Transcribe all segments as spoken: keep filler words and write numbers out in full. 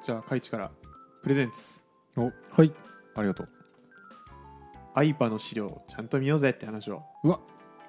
じゃあカイチからプレゼンツ。 お、 はい。 ありがとう。 アイパの資料をちゃんと見ようぜって話をうわ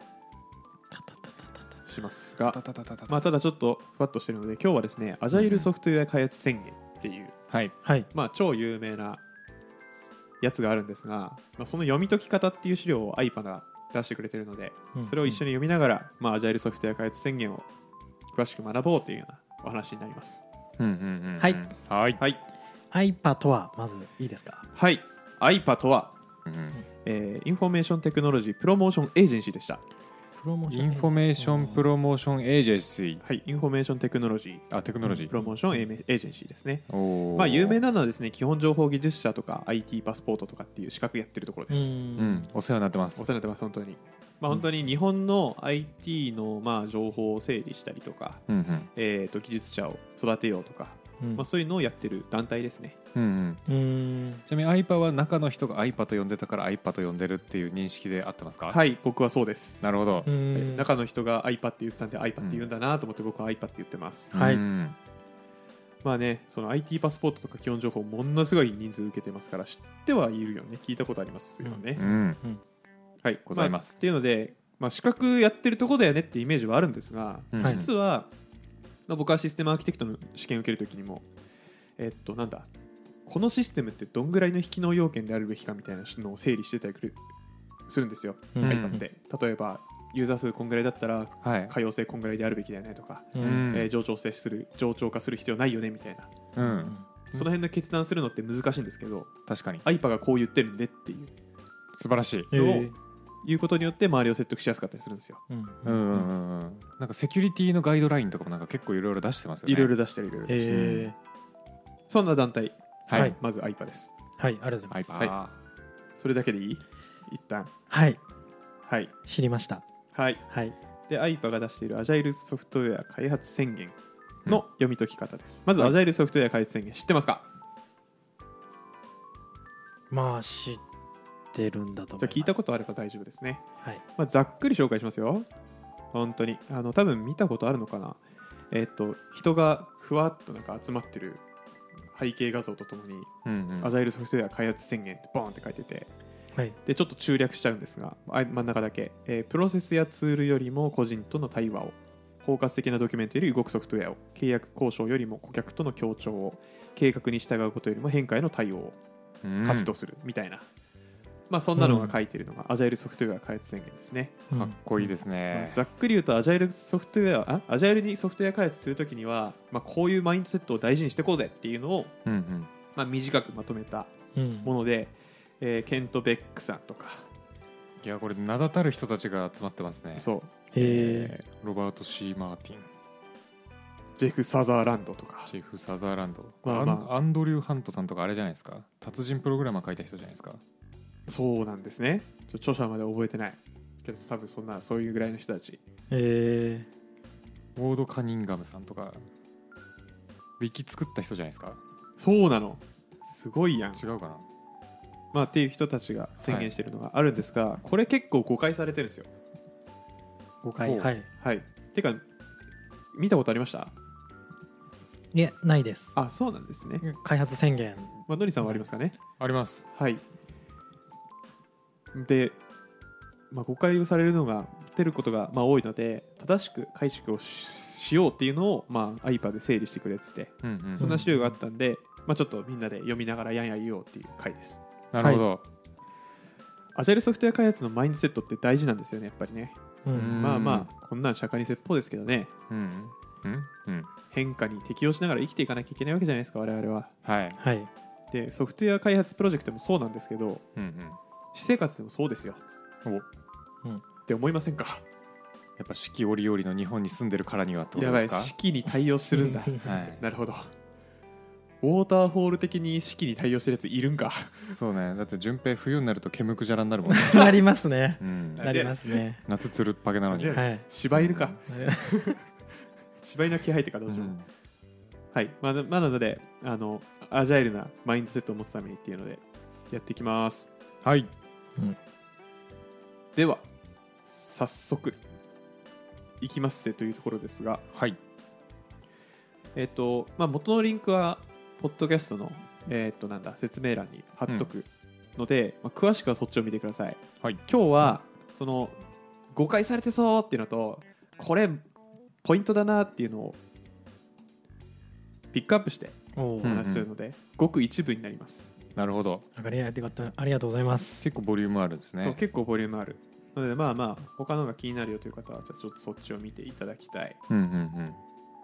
しますが、 たたたたたたまあ、ただちょっとふわっとしてるので、今日はですね、アジャイルソフトウェア開発宣言っていう、 はいはい。 まあ、超有名なやつがあるんですが、まあ、その読み解き方っていう資料をアイパが出してくれてるので、 うんそれを一緒に読みながら、まあ、アジャイルソフトウェア開発宣言を詳しく学ぼうというようなお話になります。 うんうんうんうんはいはいはい、 アイパとはまずいいですか？ はい、アイパとは、 うんえーインフォメーションテクノロジープロモーションエージェンシーでした。 プロモーション。 インフォメーションプロモーションエージェンシー。 はい、インフォメーションテクノロジーあ、テクノロジー。 プロモーションエージェンシーですね。 おーまあ、有名なのはですね、基本情報技術者とか アイティー パスポートとかっていう資格やってるところう。 です。 うんん、お世話になってます。 お世話になってます、本当に。まあ、本当に日本の アイティー のまあ情報を整理したりとか、 うんうんえー、と技術者を育てようとか、 うんまあ、そういうのをやってる団体ですね。 うんうんうーん。 ちなみに アイパ は中の人が アイパ と呼んでたから アイパ と呼んでるっていう認識で合ってますか？ はい、僕はそうです。 なるほどう。 はいん。 中の人が アイパ って言ってたんで アイパ って言うんだなと思って僕は アイパ って言ってます。 はいうんまあね、その アイティー パスポートとか基本情報ものすごい人数受けてますから知ってはいるよね。聞いたことありますよね。 うんはい、 ございますあっていうので、まあ、資格やってるとこだよねってイメージはあるんですが、 うんはい実は、まあ、僕はシステムアーキテクトの試験を受けるときにも、えっと、なんだ、このシステムってどんぐらいの引き納要件であるべきかみたいなのを整理してたりするんですよ、 うん iPad って。例えば、ユーザー数こんぐらいだったら、 はい。 可用性こんぐらいであるべきだよねとか、 う。 うんんえー冗長性する、冗長化する必要ないよねみたいな、 うんその辺の決断するのって難しいんですけど、 確かにアイパ がこう言ってるんでっていう素晴らしい。 えーいうことによって周りを説得しやすかったりするんですよ。 うん。 うんうんうんうんなんかセキュリティのガイドラインとかもなんか結構いろいろ出してますよね。 いろいろ出してるいろいろ出してるえそんな団体、 はい。 はいまず アイパ です。 ー。はい、ありがとうございます。 アイパはそれだけでいい？一旦。 はい、 はい。 知りました。 はい。 はい。 で、アイパ が出しているアジャイルソフトウェア開発宣言の読み解き方です。まず、 はいアジャイルソフトウェア開発宣言知ってますか？ まあ知ってるんだと思います。 じゃあ聞いたことあれば大丈夫ですね。 はい。 まあ、ざっくり紹介しますよ。本当に。あの、多分見たことあるのかな。えっと、人がふわっとなんか集まってる背景画像とともに、 うんうんアジャイルソフトウェア開発宣言ってボーンって書いてて、 はい。 でちょっと中略しちゃうんですが、あ真ん中だけ、えープロセスやツールよりも個人との対話を、包括的なドキュメントより動くソフトウェアを、契約交渉よりも顧客との協調を、計画に従うことよりも変化への対応をうん価値とするみたいな、まあ、そんなのが書いてるのが、アジャイルソフトウェア開発宣言ですね。 かっこいいですまねあ。ざっくり言うと、アジャイルソフトウェア、あアジャイルにソフトウェア開発するときには、まあ、こういうマインドセットを大事にしていこうぜっていうのを、 うんうんまあ、短くまとめたうん。 もので、えーケント・ベックさんとか、 いやこれ名だたる人たちが集まってますね。 そう、 えロバート・シー・マーティン、 ジェフ・サザーランドとか、 ジェフ・サザーランド、 まあまあアンアンドリュー・ハントさんとかあれじゃないですか、達人プログラマー書いた人じゃないですか。 そうなんですね。ちょ著者まで覚えてないけど、多分そんなそういうぐらいの人たち。 ー。えウォード・カニンガムさんとかウィキ作った人じゃないですか。 そうなの、すごいやん。 違うかな。 まあ、っていう人たちが宣言してるのがあるんですが、これ結構誤解されてるんですよ。 ー。誤解。 ほうはい。 はい。てか、見たことありました？ いえ、ないです。 あ、そうなんですね。 開発宣言。 まあ、のりさんはありますかね？ あります。 はい。で、まあ、誤解をされるのが出ることがまあ多いので、正しく解釈をししようっていうのを、まあ、アイパ で整理してくれてて、 うんうんそんな資料があったんで、まあ、ちょっとみんなで読みながらやんや言おうっていう回です。 なるほど。 アジャイルソフトウェア開発のマインドセットって大事なんですよね、やっぱりね。 ううんん。 まあまあ、こんなん釈迦に説法ですけどね、 うんうんうん変化に適応しながら生きていかなきゃいけないわけじゃないですか、我々は。 はい。 はい。 で、ソフトウェア開発プロジェクトもそうなんですけど、 うんうん私生活でもそうですよ。 おやって思いませんか？ っぱ四季折々の日本に住んでるからにはってことやばい、 ですか。 四季に対応するんだ。 はい。 なるほど。ウォーターフォール的に四季に対応してるやついるんか。 そうね。だって順平冬になると毛むくじゃらになるもんね。 なりますね。 うん。 なりますね。 夏つるっぱげなのに。 ねはい。 柴犬か。柴犬は気配ってかどうしよう。 うんはい。まあ、まあなので、あの、アジャイルなマインドセットを持つためにっていうので、やっていきます。 はい。 では、早速、いきますぜというところですが、 はい。 えっと、まあ、元のリンクは、 ポッドキャストの、えーっとなんだ説明欄に貼っとくので、まあ、詳しくはそっちを見てください。 はい今日はその誤解されてそうっていうのとこれポイントだなっていうのをピックアップしておーお話しするので、ごく一部になります、 なるほど。 ありがとうありがとうございます。 結構ボリュームあるんですね。 そう結構ボリュームあるのでまあまあ他のが気になるよという方はじゃあちょっとそっちを見ていただきたいうんうんうん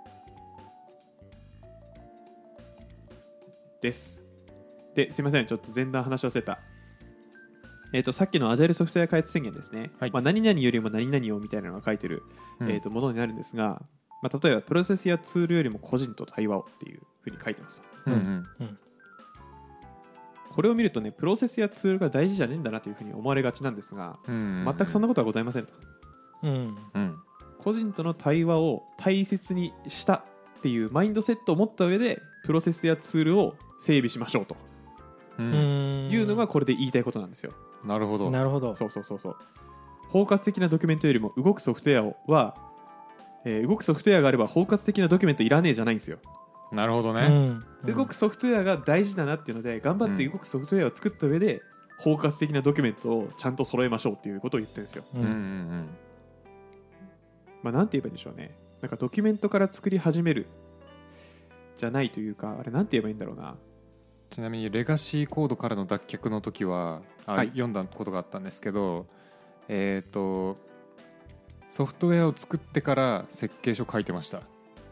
ですですいませんちょっと前段話し忘れたえー、とさっきのアジャイルソフトウェア開発宣言ですね、 はいまあ、何々よりも何々をみたいなのが書いてる、 うんえー、とものになるんですが、まあ、例えばプロセスやツールよりも個人と対話をっていうふうに書いてますうんうんうんこれを見るとねプロセスやツールが大事じゃねえんだなというふうに思われがちなんですがうん全くそんなことはございませんとうんうん個人との対話を大切にしたっていうマインドセットを持った上でプロセスやツールを整備しましょうとううんんいうのがこれで言いたいことなんですよ。 なるほど。 なるほど。 そうそうそうそう包括的なドキュメントよりも動くソフトウェアをは、えー動くソフトウェアがあれば包括的なドキュメントいらねえじゃないんですよ。 なるほどね。 うん動くソフトウェアが大事だなっていうので頑張って動くソフトウェアを作った上で包括的なドキュメントをちゃんと揃えましょうっていうことを言ってるんですよ。 ううんんうんまあなんて言えばいいんでしょうね。なんかドキュメントから作り始めるじゃないというかあれなんて言えばいいんだろうな。 ちなみにレガシーコードからの脱却の時はあ、 はい読んだことがあったんですけど、えっ、とソフトウェアを作ってから設計書書いてました。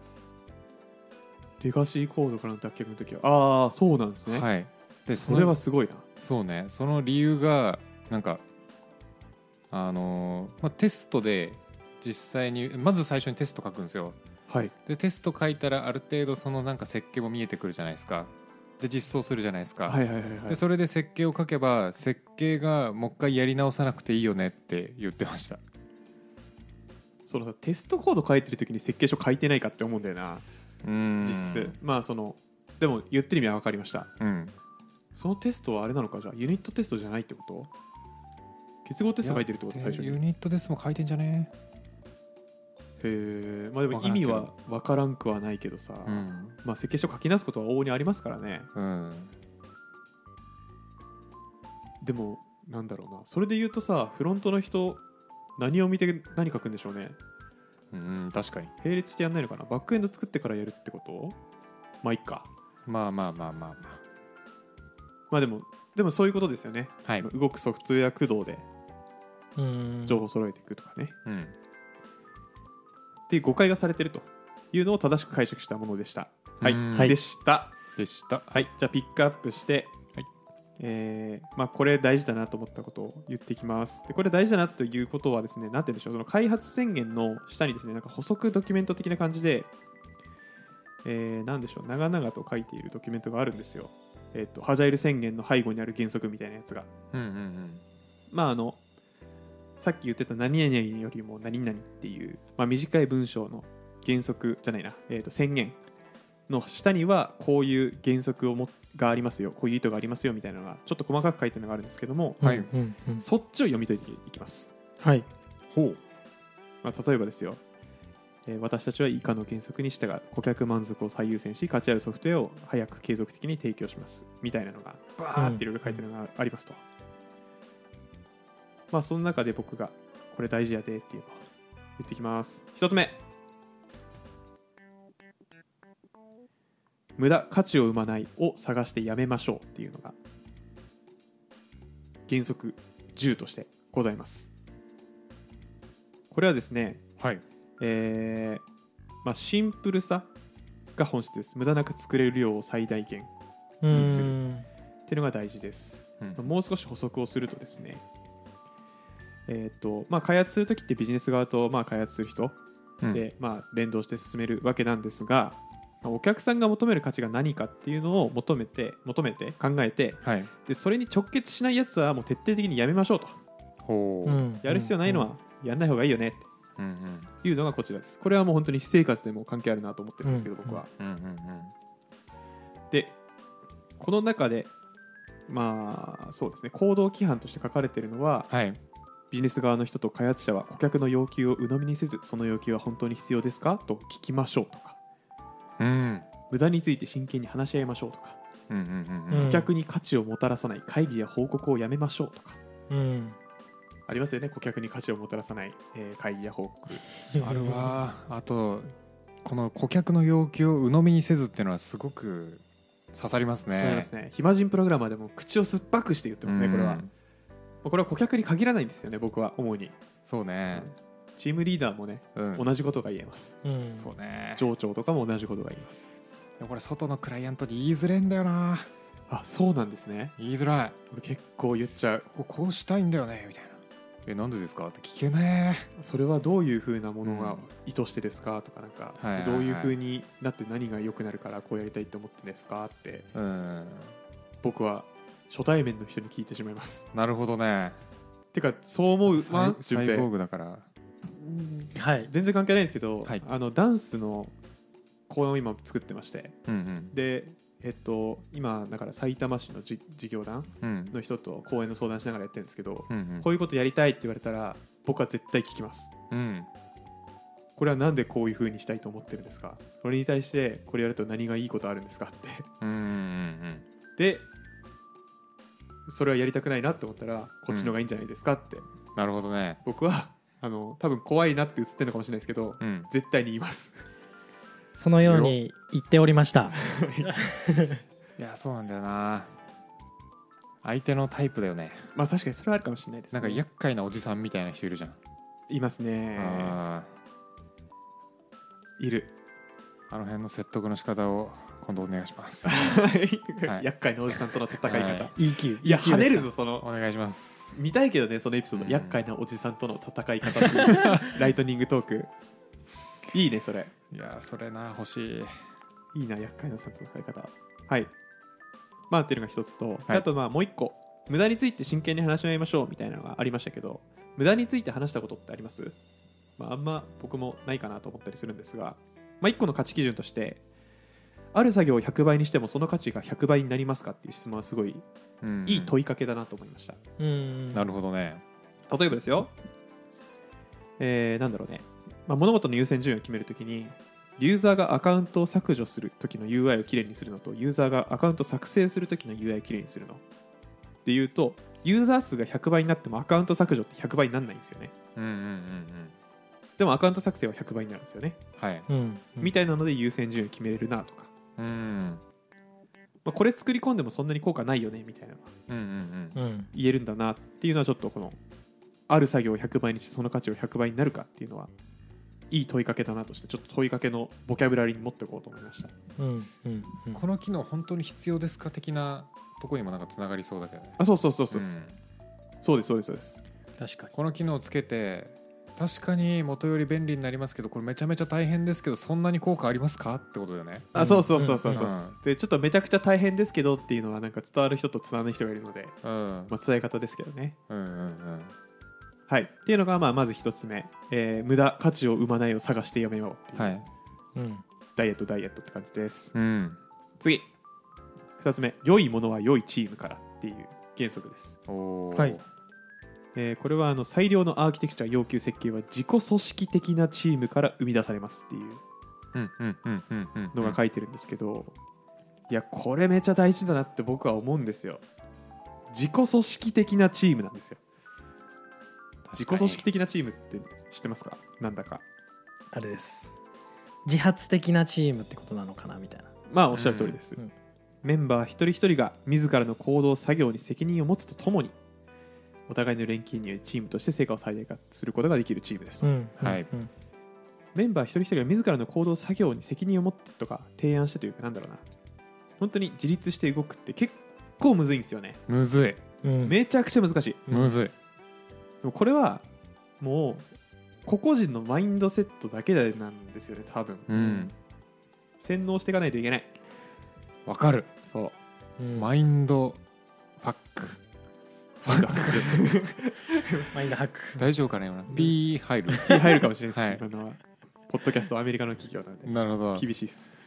レガシーコードからの脱却の時はああそうなんですね。 はい。でそれはのすごいな。 そうね。その理由がなんかあのーまあ、テストで実際にまず最初にテスト書くんですよ。 はいでテスト書いたらある程度そのなんか設計も見えてくるじゃないですか。で実装するじゃないですか。 はいはいはいはい。 でそれで設計を書けば設計がもう一回やり直さなくていいよねって言ってました。 そのテストコード書いてる時に設計書書いてないかって思うんだよなうん実質。まあそのでも言ってる意味は分かりました。 うんそのテストはあれなのかじゃあユニットテストじゃないってこと結合テスト書いてるってこと最初に。へユニットですも書いてんじゃねえまあでも意わからんけど味は分からんくはないけどさ、 うんまあ設計書書き直すことは往々にありますからね。 うんでもなんだろうなそれで言うとさフロントの人何を見て何書くんでしょうね。 うん確かに。 並列してやんないのかな。バックエンド作ってからやるってことまあいっか。 まあまあまあまあままあでもでもそういうことですよね。 あはい。 動くソフトウェア駆動でうん情報を揃えていくとかね、 うんっていう誤解がされているというのを正しく解釈したものでした。はい、 うんはいでした。 でした。 はい、じゃあピックアップして、 はいえーまあ、これ大事だなと思ったことを言っていきます。でこれ大事だなということはですね、なんて言うんでしょう、その開発宣言の下にですね、なんか補足ドキュメント的な感じで、えー、なんでしょう、長々と書いているドキュメントがあるんですよ。えっ、と、ハジャイル宣言の背後にある原則みたいなやつが。 うんうんうんまああのさっき言ってた何々よりも何々っていう、まあ、短い文章の原則じゃないな、えー、と宣言の下にはこういう原則をもがありますよ、こういう意図がありますよみたいなのがちょっと細かく書いてるのがあるんですけども、 はいうんうんうんそっちを読み解いていきます。 はいほうまあ、例えばですよ、えー私たちは以下の原則に従う顧客満足を最優先し価値あるソフトウェアを早く継続的に提供しますみたいなのがバーっていろいろ書いてるのがありますと、まあその中で僕がこれ大事やでっていうのを言ってきます。一つ目、無駄価値を生まないを探してやめましょうっていうのが原則じゅうとしてございます。これはですね、 はい。 えーまあ、シンプルさが本質です。無駄なく作れる量を最大限うにするんっていうのが大事です。 うんまあもう少し補足をするとですね、えーとまあ、開発するときってビジネス側とまあ開発する人うんで、まあ、連動して進めるわけなんですが、まあお客さんが求める価値が何かっていうのを求めて求めて考えて、 はい。 でそれに直結しないやつはもう徹底的にやめましょうと、 ほう。 うんやる必要ないのはやんない方がいいよねってうんいうのがこちらです。これはもう本当に私生活でも関係あるなと思ってるんですけど、 うん僕は。 うんうんうんで、この中で、まあそうですね、行動規範として書かれているのは、 はい。 ビジネス側の人と開発者は顧客の要求を鵜呑みにせず、その要求は本当に必要ですかと聞きましょうとか、 うん。 無駄について真剣に話し合いましょうとか、 うんうんうんうん顧客に価値をもたらさない会議や報告をやめましょうとかうんありますよね。顧客に価値をもたらさない、えー会議や報告。 あるわ。あとこの顧客の要求を鵜呑みにせずっていうのはすごく刺さりますね。 そうですね。暇人プログラマーでも口を酸っぱくして言ってますね、これは。 うんこれは顧客に限らないんですよね、僕は主に。 そうね、 チームリーダーもね、 うん、 同じことが言えます。 うんそうね。 上長とかも同じことが言えます。 でもこれ外のクライアントに言いづれえんだよな。 あ、そうなんですね。 言いづらい。 俺結構言っちゃう。 ここうしたいんだよねみたいな。えなんでですかって聞けねそれはどういう風なものが意図してですかとか、なんかはいはいはいどういう風になって何が良くなるからこうやりたいって思ってですかってえ。うん僕は初対面の人に聞いてしまいます。 なるほどね。 てかそう思うサイわ、順サイボー平。 グだから。 はい全然関係ないんですけど、 はいあのダンスの公演を今作ってまして、 うんでえっと今だから埼玉市のじ事業団うんうんの人と公演の相談しながらやってるんですけど、 うんうんこういうことやりたいって言われたら僕は絶対聞きます。 うんこれはなんでこういう風にしたいと思ってるんですか、それに対してこれやると何がいいことあるんですかってうんうんうんでそれはやりたくないなって思ったらこっちの方がいいんじゃないですかって、 なるほどね。 僕はあの多分怖いなって映ってるのかもしれないですけどうん絶対に言いますそのように言っておりました。 いやそうなんだよな。相手のタイプだよね。 まあ確かにそれはあるかもしれないです、ね、 なんか厄介なおじさんみたいな人いるじゃん。 いますね。 あいるーあの辺の説得の仕方を今度お願いします。はい厄介なおじさんとの戦い方、 はいイーキューいや跳ねるぞ。 ぞそのお願いします。 見たいけどねそのエピソード、 うん厄介なおじさんとの戦い方っていうライトニングトークいいねそれ。 いやそれな欲しい。 いいな厄介なおじさんとの戦い方。はいまあっていうのが一つと、 はいあとまあもう一個無駄について真剣に話し合いましょうみたいなのがありましたけど、無駄について話したことってあります？まあ、あんま僕もないかなと思ったりするんですが、まあ、いっこの価値基準としてある作業をひゃくばいにしてもその価値がひゃくばいになりますかっていう質問はすごいうんいい問いかけだなと思いました。 うんなるほどね。 例えばですよ、えー、なんだろうね、まあ、物事の優先順位を決めるときにユーザーがアカウントを削除するときの ユーアイ をきれいにするのとユーザーがアカウントを作成するときの ユーアイ をきれいにするのっていうと、ユーザー数がひゃくばいになってもアカウント削除ってひゃくばいにならないんですよね。 うんうんうんうん。 でもアカウント作成はひゃくばいになるんですよね、 はい。 うんみたいなので優先順位を決めれるなとか、 うんまあ、これ作り込んでもそんなに効果ないよねみたいなのがうんうんうん。 うん言えるんだなっていうのはちょっとこのある作業をひゃくばいにしてその価値をひゃくばいになるかっていうのはいい問いかけだなとしてちょっと問いかけのボキャブラリーに持っておこうと思いました。 うんうんうんこの機能本当に必要ですか的なところにもなんかつながりそうだけどね。 あそうそうそうそう、 うんそうですそうですそうです。 確かに。 この機能をつけて確かに元より便利になりますけどこれめちゃめちゃ大変ですけどそんなに効果ありますかってことだよね。 あそうそうそうそうそう、 うんうんでちょっとめちゃくちゃ大変ですけどっていうのはなんか伝わる人と伝わらない人がいるので、 うんまあ、伝え方ですけどね。 うんうんはいっていうのがまあまず一つ目、えー無駄価値を生まないを探してやめようっていう、 はい。 うんダイエットダイエットって感じです。 うん。 次二つ目、良いものは良いチームからっていう原則です。 おーはいえーこれはあの最良のアーキテクチャ要求設計は自己組織的なチームから生み出されますっていううんうんうんうんうんのが書いてるんですけど、いやこれめちゃ大事だなって僕は思うんですよ。自己組織的なチームなんですよ。自己組織的なチームって知ってますか？なんだか。 あれです。自発的なチームってことなのかなみたいな。 まあおっしゃる通りです、 うんうんメンバー一人一人が自らの行動作業に責任を持つとともにお互いの連携によりチームとして成果を最大化することができるチームですと、 うんはいうんメンバー一人一人が自らの行動作業に責任を持ってとか提案してというかなんだろうな、本当に自立して動くって結構むずいんですよね。 むずいうんめちゃくちゃ難しい。 うんむずい。 でもこれはもう個々人のマインドセットだけでなんですよね多分、 うん洗脳していかないといけない。 わかる。 そううんマインドファックファンがマインドハック。 大丈夫かな今の B 入る。 入るかもしれないです、 はい今のはポッドキャストアメリカの企業なんでなるほど。 厳しいです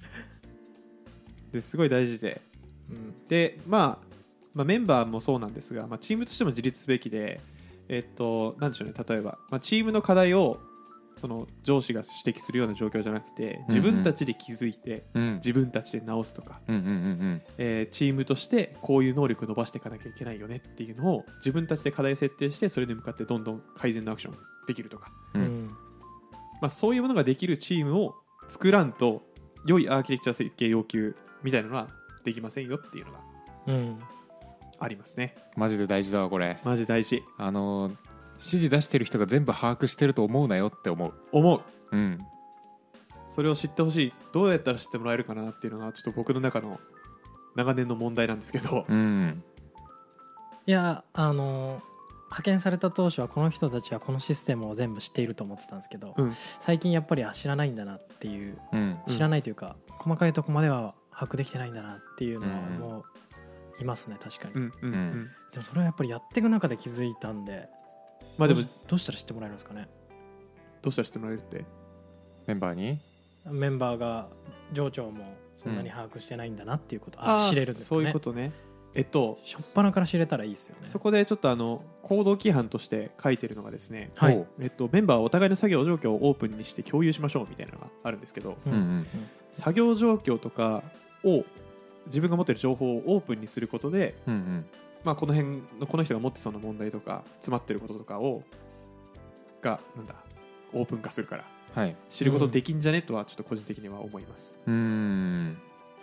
ですごい大事でうんで、まあ、まあメンバーもそうなんですが、まあ、チームとしても自立すべきで、えっと、なんでしょうね、例えば、まあ、チームの課題をその上司が指摘するような状況じゃなくて自分たちで気づいて、 うん、 自分たちで直すとか、 うんうんうんうんえー、チームとしてこういう能力を伸ばしていかなきゃいけないよねっていうのを自分たちで課題設定してそれに向かってどんどん改善のアクションできるとか、 ううんんまあ、そういうものができるチームを作らんと良いアーキテクチャ設計要求みたいなのはできませんよっていうのがうんありますね。 マジで大事だわこれ。 マジ大事。 あの指示出してる人が全部把握してると思うなよって思う。 思う。 うんそれを知ってほしい。どうやったら知ってもらえるかなっていうのがちょっと僕の中の長年の問題なんですけど、 うんいやあの派遣された当初はこの人たちはこのシステムを全部知っていると思ってたんですけど、 うん最近やっぱりあ知らないんだなっていううんうん知らないというか、細かいとこまでは把握できてないんだなっていうのはうんもういますね確かに、 うんうんうんうんでもそれはやっぱりやっていく中で気づいたんで、 まあでもどうどうしたら知ってもらえるんですかね。 どうしたら知ってもらえるって。 メンバーにメンバーが上長もそんなに把握してないんだなっていうこと、 あーあ知れるんですかそうね。 いうことね。えっとしょっぱなから知れたらいいですよね。 そこでちょっとあの行動規範として書いてるのがですね、 はいおうえっと、メンバーはお互いの作業状況をオープンにして共有しましょうみたいなのがあるんですけど、 うんうんうん作業状況とかを自分が持っている情報をオープンにすることで、 うんうんまあ、この辺のこの人が持ってそうな問題とか詰まってることとかをがなんだオープン化するからはい知ることできんじゃねとはちょっと個人的には思います。 うーん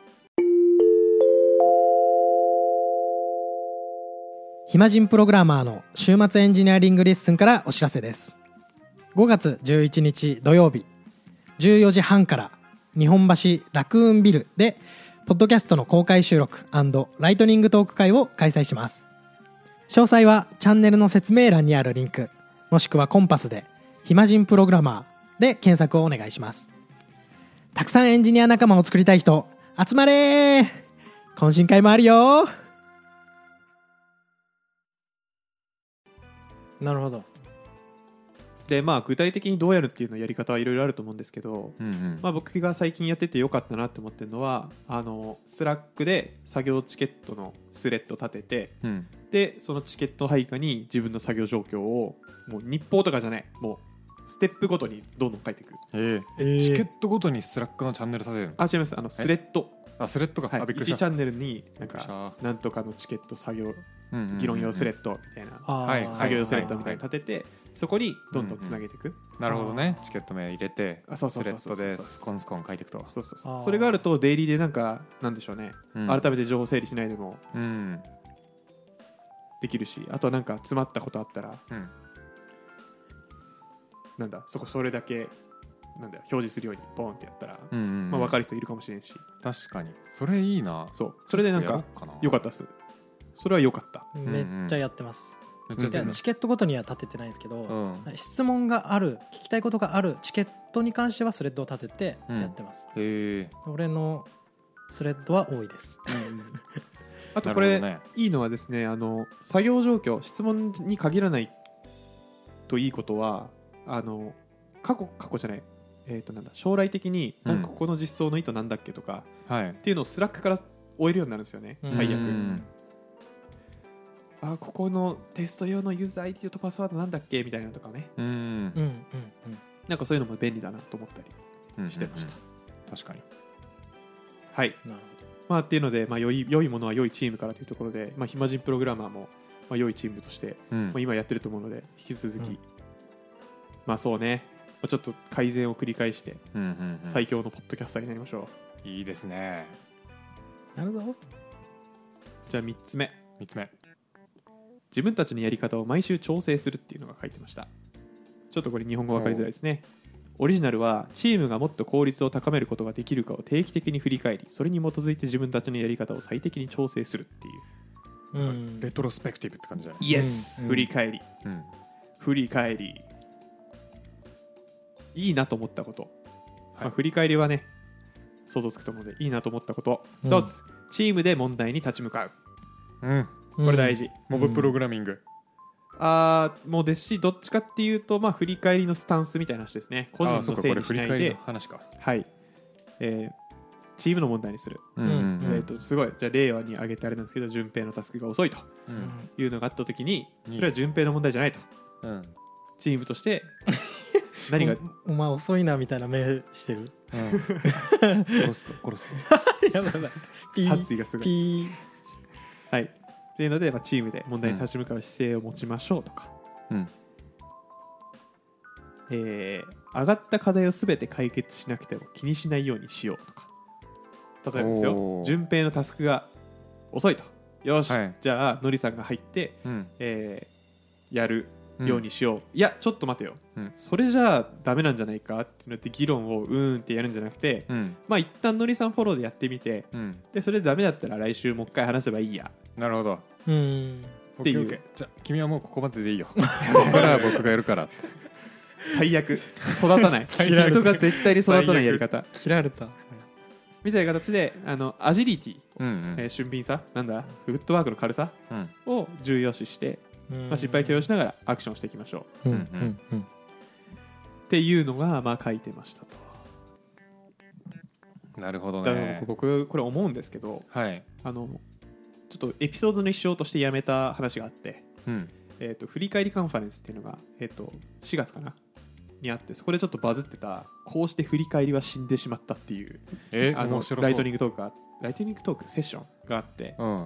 暇人プログラマーの週末エンジニアリングレッスンからお知らせです。ごがつじゅういちにち土曜日じゅうよじはんから日本橋ラクーンビルでポッドキャストの公開収録&ライトニングトーク会を開催します。詳細はチャンネルの説明欄にあるリンクもしくはコンパスで暇人プログラマーで検索をお願いします。たくさんエンジニア仲間を作りたい人集まれー。懇親会もあるよ。なるほど。 でまあ具体的にどうやるっていうのやり方はいろいろあると思うんですけど、 うんうんまあ、僕が最近やっててよかったなって思ってるのはあのスラックで作業チケットのスレッド立ててうんでそのチケット配下に自分の作業状況をもう日報とかじゃないもうステップごとにどんどん書いていく。 ええーーチケットごとにスラックのチャンネル立てるの？ あ違いますあのスレッド、 あスレッドか、 はい、いちあびっくりしたチャンネルになんびっくりしたかなんとかのチケット作業うんうんうんうん議論用スレッドみたいなあーはい作業用スレッドみたいに立ててそこにどんどんつなげていく。 なるほどね。チケット名入れてあそうそうスレッそうそうドでスコンスコン書いていくと。 そうそうそうあーそれがあるとデイリーでなんかなんでしょうね、 うん改めて情報整理しないでもうんできるしあとはなんか詰まったことあったらうんなんだそこそれだけなんだ表示するようにポンってやったら、 うんうんまあ、分かる人いるかもしれんし確かにそれいいな。 そうそれでなんか良かったっす。それは良かった。 めっちゃやってます。いやめっちゃやってるチケットごとには立ててないんですけど、 うん質問がある聞きたいことがあるチケットに関してはスレッドを立ててやってます。 へえ俺のスレッドは多いです。 あとこれ、 なるいいのはですねあの作業状況質問に限らないといいことはあの過去過去じゃないえー、となんだ将来的にうんなんかここの実装の意図なんだっけとか、 はいっていうのをスラックから終えるようになるんですよね、 うん最悪。 うんあここのテスト用のユーザー アイディー とパスワードなんだっけみたいなのとかねうんうんうんなんかそういうのも便利だなと思ったりうんしてました、 確かに。 はい、 うん。なるまあ、っていうので、まあ、良い良いものは良いチームからというところで、まあ、暇人プログラマーも、まあ、良いチームとして、 うんまあ、今やってると思うので引き続き、 うんまあそうね、まあ、ちょっと改善を繰り返してうんうんうん最強のポッドキャスターになりましょう。 いいですね。 ほど。なるぞ。 じゃあみっつめ、 みっつめ。 自分たちのやり方を毎週調整するっていうのが書いてました。ちょっとこれ日本語分かりづらいですね。オリジナルはチームがもっと効率を高めることができるかを定期的に振り返りそれに基づいて自分たちのやり方を最適に調整するっていう。 うん。 レトロスペクティブって感じだね。 イエス、 うん振り返りうん振り返りいいなと思ったこと、 はいまあ、振り返りはね想像つくと思うのでいいなと思ったことうん一つ、チームで問題に立ち向かううん。 これ大事、 モブプログラミング。 あーもうですしどっちかっていうと、まあ、振り返りのスタンスみたいな話ですね個人あそうかこれのせいにし振り返りないでの話か。 はい、えーチームの問題にする、 うんうんえー、とすごいじゃあ令和に挙げてあれなんですけど順平のタスクが遅いとうんうんいうのがあった時にうんそれは順平の問題じゃないとうんチームとして何がおお前遅いなみたいな目してる。 うん殺すと殺すとやばいやばい。ピー殺意がすごい。 ピはいっていうので、まあ、チームで問題に立ち向かう姿勢を持ちましょうとか、 うんえー上がった課題を全て解決しなくても気にしないようにしようとか、例えばですよ、 おー順平のタスクが遅いと、よし、 はいじゃあのりさんが入って、 うんえーやるようにしよう、いやちょっと待てよ、 うんそれじゃあダメなんじゃないかってなって議論をうーんってやるんじゃなくて、 うんまあ一旦のりさんフォローでやってみて、 うんでそれでダメだったら来週もう一回話せばいいやなるほどーうんっていうオッケーオッケーじゃあ君はもうここまででいいよここからは僕がやるから最悪育たない最悪人が絶対に育たないやり方切られた。 みたいな形であのアジリティ、 うんうんえー俊敏さなんだフットワークの軽さうんを重要視して、まあ、失敗許容しながらアクションしていきましょううんうんうんっていうのがまあ書いてましたと。 なるほどだからね僕これ思うんですけど、 はいあのちょっとエピソードの一生としてやめた話があって、 うんえー、と振り返りカンファレンスっていうのが、えー、としがつかなにあって、そこでちょっとバズってたこうして振り返りは死んでしまったっていうえあの面白そうライトニングトークがライトニングトークセッションがあって、 うん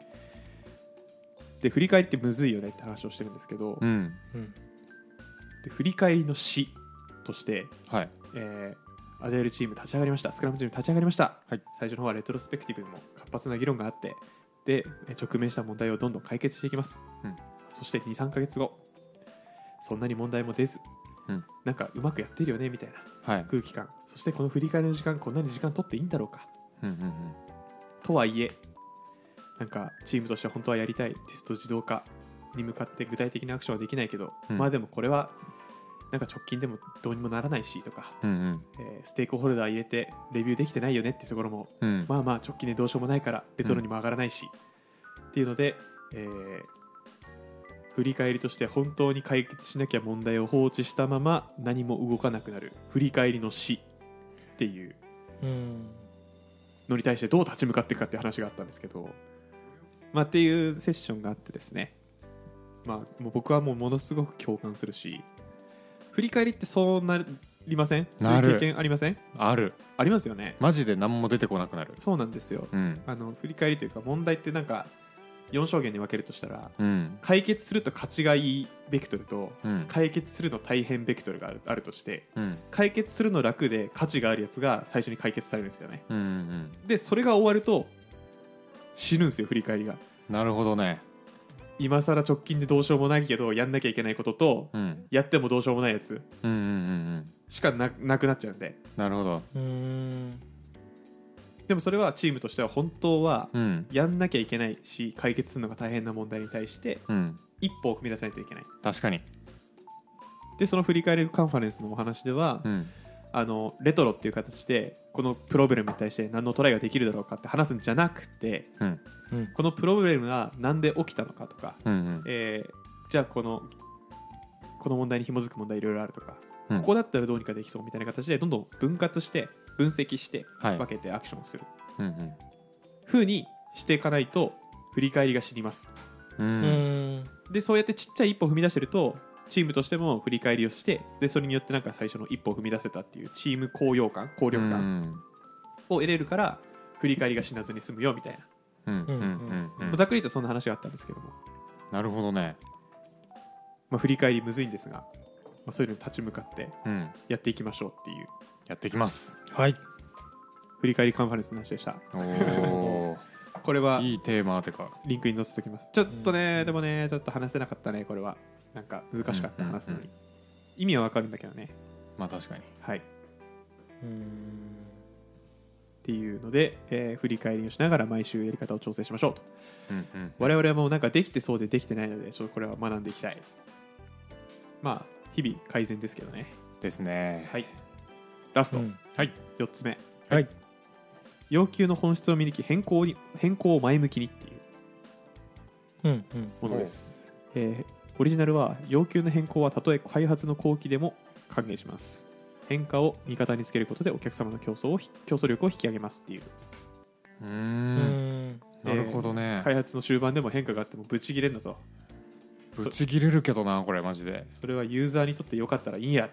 で振り返りってむずいよねって話をしてるんですけど、 うんうんで振り返りの死として、 はいえー、アジャイルチーム立ち上がりました、スクラムチーム立ち上がりました、 はい最初の方はレトロスペクティブでも活発な議論があって、で直面した問題をどんどん解決していきます、 うんそしてにさんかげつごそんなに問題も出ず、 うんなんかうまくやってるよねみたいなはい空気感、そしてこの振り返りの時間こんなに時間取っていいんだろうかうんうんとはいえ、なんかチームとして本当はやりたいテスト自動化に向かって具体的なアクションはできないけど、 うんまあでもこれはなんか直近でもどうにもならないしとか、 うんうんえーステークホルダー入れてレビューできてないよねっていうところも、 うんまあまあ直近でどうしようもないからレトロにも上がらないし、っていうので、えー振り返りとして本当に解決しなきゃ問題を放置したまま何も動かなくなる振り返りの死っていううんのに対してどう立ち向かっていくかっていう話があったんですけど、まあ、っていうセッションがあってですね、まあ、もう僕はもうものすごく共感するし、振り返りってそうなりません？そういうなる経験ありません？ あるありますよね。 マジで何も出てこなくなるそうなんですよ。 うんあの振り返りというか問題ってなんかよん証言に分けるとしたら、 うん解決すると勝ちがいいベクトルとうん解決するの大変ベクトルがあるあるとして、 うん解決するの楽で価値があるやつが最初に解決されるんですよね。 うんうんでそれが終わると死ぬんですよ、振り返りが。 なるほどね今更直近でどうしようもないけどやんなきゃいけないことと、 うんやってもどうしようもないやつうんうんうんうんしか な, なくなっちゃうんで。 なるほどうんでもそれはチームとしては本当はうんやんなきゃいけないし解決するのが大変な問題に対してうん一歩を踏み出さないといけない。 確かにでその振り返りカンファレンスのお話では、 うんあのレトロっていう形でこのプロブレムに対して何のトライができるだろうかって話すんじゃなくて、 うんうんこのプロブレムが何で起きたのかとか、 うんうんえーじゃあこのこの問題に紐づく問題いろいろあるとか、 うんここだったらどうにかできそうみたいな形でどんどん分割して分析してはい分けてアクションをするうんうん風にしていかないと振り返りが死にます。 ううんんでそうやってちっちゃい一歩踏み出してるとチームとしても振り返りをして、でそれによってなんか最初の一歩を踏み出せたっていうチーム高揚感効力感うんを得れるから振り返りが死なずに済むよみたいな、 うんうんうんうんざっくりとそんな話があったんですけども、 なるほどねまあ、振り返りむずいんですが、まあ、そういうのに立ち向かってうんやっていきましょうっていうやっていきますはい振り返りカンファレンスの話でした。 おおこれはいいテーマてかリンクに載せておきます。ちょっとね、でもねちょっと話せなかったね、これはなんか難しかったうんうんうん話すのに、意味はわかるんだけどね。 まあ確かにはいっうんていうので、えー振り返りをしながら毎週やり方を調整しましょうと。 うんうん我々はもうなんかできてそうでできてないので、ちょっとこれは学んでいきたい。まあ日々改善ですけどね。 ですねはい、ラスト、 うんはいよっつめ、 はい要求の本質を見抜き変更に変更を前向きにっていううんうんものです。えーオリジナルは要求の変更はたとえ開発の後期でも歓迎します。変化を味方につけることでお客様の競争を競争力を引き上げますっていう。 うーうんんなるほどね開発の終盤でも変化があってもブチ切れんだと。 ぶち切れるけどなこれマジでそれはユーザーにとって良かったらいいやと。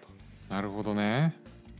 なるほどね。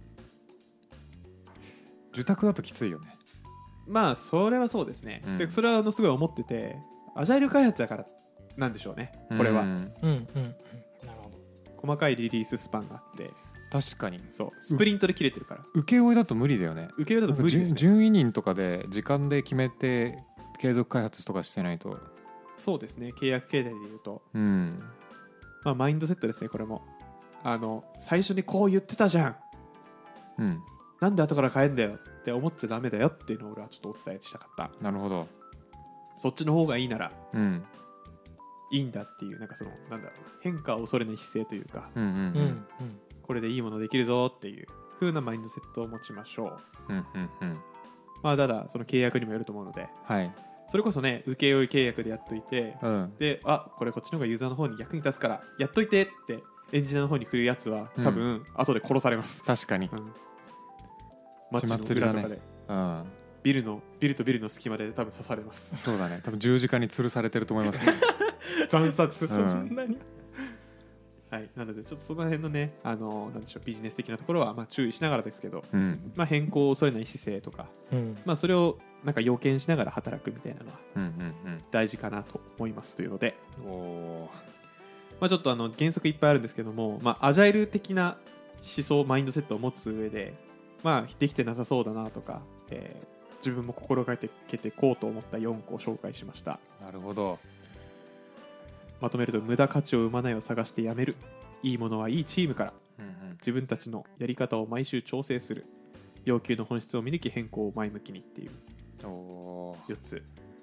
受託だときついよね。 まあそれはそうですね、 うん、 でそれはあのすごい思ってて、アジャイル開発だからなんでしょうね、これは、 うん、 うんうんうんなるほど。 細かいリリーススパンがあって、 確かにそうスプリントで切れてるから、 請負だと無理だよね。 受け入れだと無理ですね。 準委任とかで時間で決めて継続開発とかしてないと。 そうですね、契約形態でいうと、 うんまあ、マインドセットですね。これもあの最初にこう言ってたじゃん、 うんなんで後から変えんだよって思っちゃダメだよっていうのを俺はちょっとお伝えしたかった。 なるほど。 そっちの方がいいならうんいいんだっていう、なんかそのなんだろう、変化を恐れない姿勢というか、 うんうんうんうんこれでいいものできるぞっていう風なマインドセットを持ちましょう。 うんうんうんまあただその契約にもよると思うので、 はいそれこそね請負契約でやっといて、 うんであこれこっちの方がユーザーの方に役に立つからやっといてってエンジニアの方に振るやつは多分後で殺されます、 確かに。 うん、街の裏とかで、 うんビルのビルとビルの隙間で多分刺されますそうだね。多分十字架に吊るされてると思いますね。 惨殺、 んそんなにはいなのでちょっとその辺のねあのなんでしょうビジネス的なところはまあ注意しながらですけど、 うんまあ、変更を恐れない姿勢とか、 うんまあ、それをなんか予見しながら働くみたいなのはうんうん大事かなと思いますというので、 うんおーまあ、ちょっとあの原則いっぱいあるんですけども、まあ、アジャイル的な思想マインドセットを持つ上で、まあ、できてなさそうだなとか、えー自分も心がけてこうと思ったよんこを紹介しました。 なるほど。 まとめると、無駄価値を生まないを探してやめる、いいものはいいチームから、 うんうん自分たちのやり方を毎週調整する、要求の本質を見抜き変更を前向きにっていうおよっつ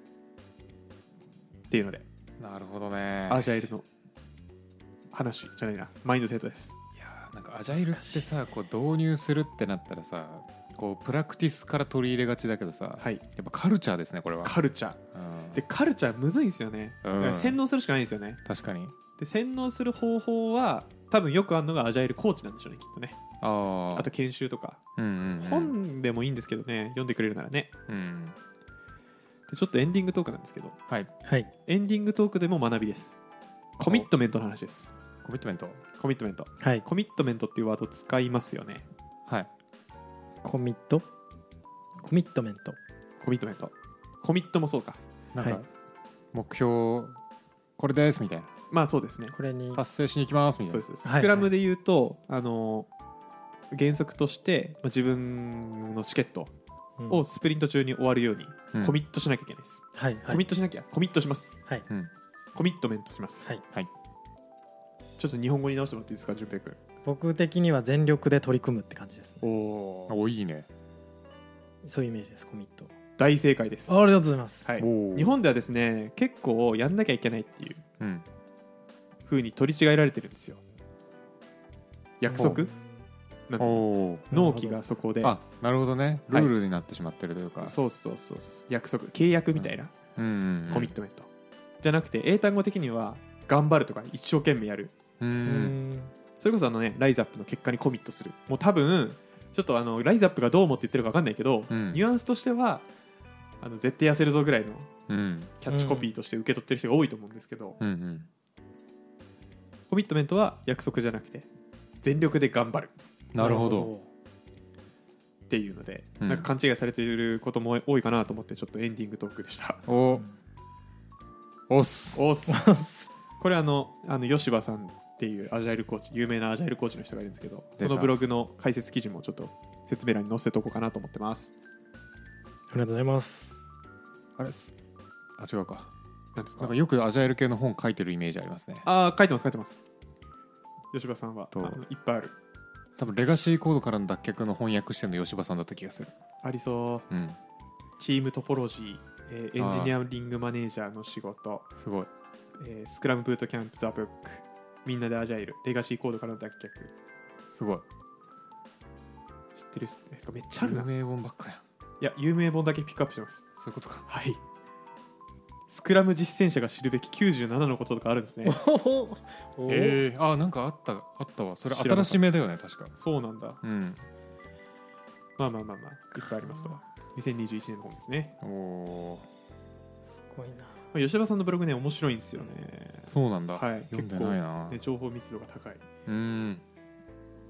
っていうので、 ーなるほどね。 アジャイルの話じゃないな、マインドセットです。 いやーなんかアジャイルってさこう導入するってなったらさこうプラクティスから取り入れがちだけどさ、 はい、 やっぱカルチャーですねこれは。 カルチャーうんで、カルチャーむずいんですよね、 うんだから洗脳するしかないんですよね。 確かに。 で洗脳する方法は多分よくあるのがアジャイルコーチなんでしょうね、きっとね。 あーあと研修とか、 うんうんうん、 本でもいいんですけどね、読んでくれるならね。 うんでちょっとエンディングトークなんですけど、 はいはいエンディングトークでも学びです。コミットメントの話です。 コミットメント。 コミットメントはいコミットメントっていうワード使いますよね。 はいコミットコミットメントコミットメントコミットもそうか。 なんか、 はい目標これですみたいな、 まあそうですね、 これに達成しに行きますみたいうな。 そです。 はいスクラムで言うと、あの原則としてまあ自分のチケットうんをスプリント中に終わるようにうんコミットしなきゃいけないです、 はいはいコミットしなきゃコミットしますはいうんコミットメントします、 はいはいちょっと日本語に直してもらっていいですか、順平君。 僕的には全力で取り組むって感じですね。 おおおいいね。 そういうイメージです。コミット。 大正解です。 ありがとうございます。 はい、 おー日本ではですね結構やんなきゃいけないっていううん風に取り違えられてるんですよ。約束なんておお納期がそこで、 あなるほどね。ルはいールになってしまってるというか、 そうそうそうそう約束契約みたいな、 うんうんうん、 コミットメントじゃなくて、英単語的には頑張るとか一生懸命やる、 ううんんそれこそあのねライズアップの結果にコミットする。もう多分ちょっとあのライズアップがどう思って言ってるか分かんないけど、 うんニュアンスとしてはあの絶対痩せるぞぐらいのうんキャッチコピーとして受け取ってる人が多いと思うんですけど、 うんうんコミットメントは約束じゃなくて全力で頑張るなるほど。 っていうので、 うんなんか勘違いされていることも多いかなと思って、ちょっとエンディングトークでした。 おおっすおっすこれあのあの吉羽さんっていうアジャイルコーチ、有名なアジャイルコーチの人がいるんですけど、 出たそのブログの解説記事もちょっと説明欄に載せておこうかなと思ってます。 ありがとうございます。 あれすあ違うか。 何ですか。 なんかよくアジャイル系の本書いてるイメージありますね。 ああ書いてます書いてます吉羽さんはあとのいっぱいある。 多分レガシーコードからの脱却の翻訳してるの吉羽さんだった気がする。 ありそううんチームトポロジー、えーエンジニアリングマネージャーの仕事、 すごい。 えースクラムブートキャンプザブック、みんなでアジャイル、レガシーコードからの脱却。 すごい。 知ってる人ですか。めっちゃあるな。 有名本ばっかやん。 いや有名本だけピックアップしてます。 そういうことか。 はい。スクラム実践者が知るべききゅうじゅうななのこととかあるんですね。 おええあなんかあったあったわ。それ知らなかった新しめだよね確か。 そうなんだ。 うん。 まあまあまあまあいっぱいありますと。にせんにじゅういちねんの本ですね。 おおすごいな。 まあ、吉羽さんのブログね面白いんですよね。 そうなんだ。 はい。 読んで結構ないな。 ね情報密度が高い。 うん。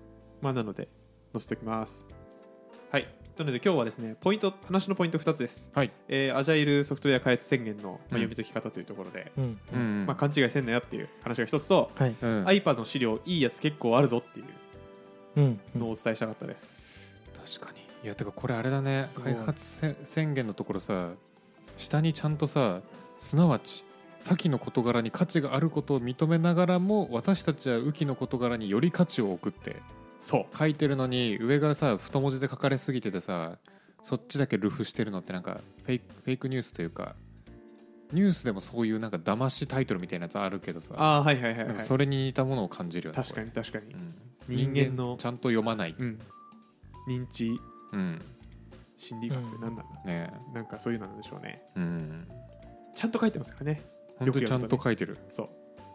まあなので載せておきます。はい。なので今日はですね、ポイント話のポイントふたつです。 はい。 えー、アジャイルソフトウェア開発宣言の、まあ、読み解き方というところで、 うんうんまあ、勘違いせんなよっていう話がひとつと、 はいうん、 iPad の資料いいやつ結構あるぞっていううんのをお伝えしたかったです。 確かに。いやてかこれあれだね、 すごい開発せ宣言のところさ、下にちゃんとさ、すなわち先の事柄に価値があることを認めながらも私たちは雨季の事柄により価値を置くってそう書いてるのに、上がさ太文字で書かれすぎててさ、そっちだけルフしてるのってなんかフェイク、フェイクニュースというか、ニュースでもそういうなんか騙しタイトルみたいなやつあるけどさ、 ああはいはいはい、はい、 なんかそれに似たものを感じるよね。 確かに確かに、 うん、 人間のちゃんと読まない、 うん、認知うん心理学って何なんだ、 ね、 なんかそういうのなんでしょうね。 うん、 ちゃんと書いてますからね。 本当にちゃんと書いてる。 そう。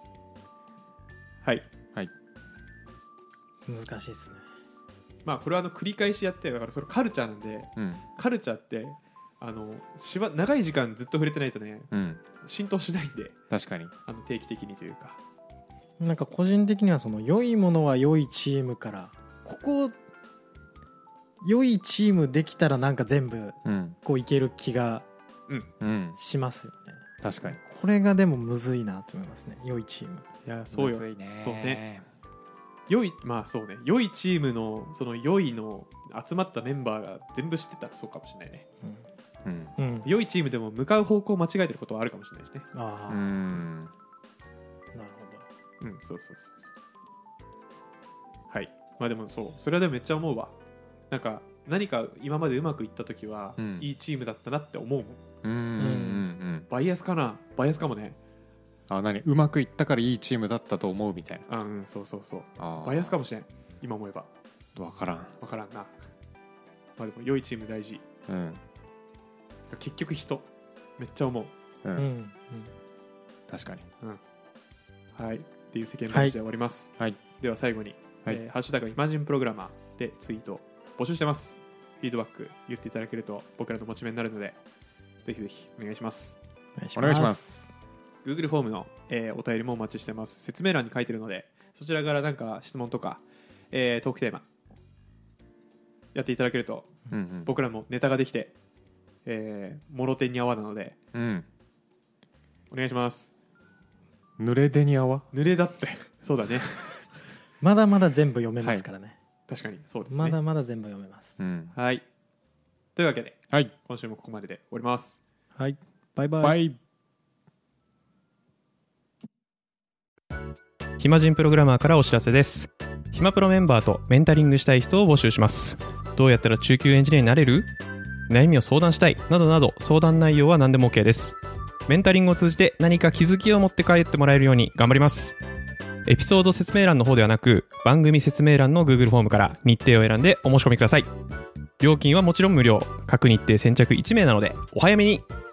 はいはい難しいですね。 まあこれはあの繰り返しやってだからそれカルチャーなんで、 うんカルチャーってあのしば長い時間ずっと触れてないとねうん浸透しないんで、 確かに。 あの定期的にというか。 なんか個人的にはその良いものは良いチームからここ良いチームできたらなんか全部うんこういける気がうんしますよね。 確かに。 これがでもむずいなと思いますね。良いチーム。 いやそうよ。 むずいね。 そうね。良いまあそうね良いチームのその良いの集まったメンバーが全部知ってたらそうかもしれないね。 うんうん。うん、 良いチームでも向かう方向を間違えてることはあるかもしれないしね。 ああ、 うんなるうんそうそうそうそうはい。まあでもそうそれはでもめっちゃ思うわ。なんか何か今までうまくいった時は、 うん、 いいチームだったなって思うもん。 うんうんうんバイアスかなバイアスかもね。 あ、何うまくいったからいいチームだったと思うみたいな。 あうんそうそうそうあバイアスかもしれん今思えば。 分からん。 分からんな。まあでも良いチーム大事。 うん結局人めっちゃ思う。 う、 ほど。うんん。 確かに。 はいっていう世間話で終わります、 はい、 では最後に、 はいえーハッシュタグイマジンプログラマーでツイート募集してます。フィードバック言っていただけると僕らのモチベになるのでぜひぜひお願いします。 お願いします。 Google フォームの、えーお便りもお待ちしてます。説明欄に書いてるのでそちらからなんか質問とか、えートークテーマやっていただけるとうんうん僕らもネタができて、えー、もろ手に泡なのでうんお願いします。 濡れ手に泡。 濡れだってそうだねまだまだ全部読めますからね。 確かにそうですね。 まだまだ全部読めます。 うんはいというわけではい今週もここまでで終わります。 はい。バイバイ。 バイ。 暇人プログラマーからお知らせです。暇プロメンバーとメンタリングしたい人を募集します。どうやったら中級エンジニアになれる？悩みを相談したいなどなど相談内容は何でも OK です。メンタリングを通じて何か気づきを持って帰ってもらえるように頑張ります。エピソード説明欄の方ではなく番組説明欄の Google フォームから日程を選んでお申し込みください。料金はもちろん無料。各日程先着いち名なのでお早めに。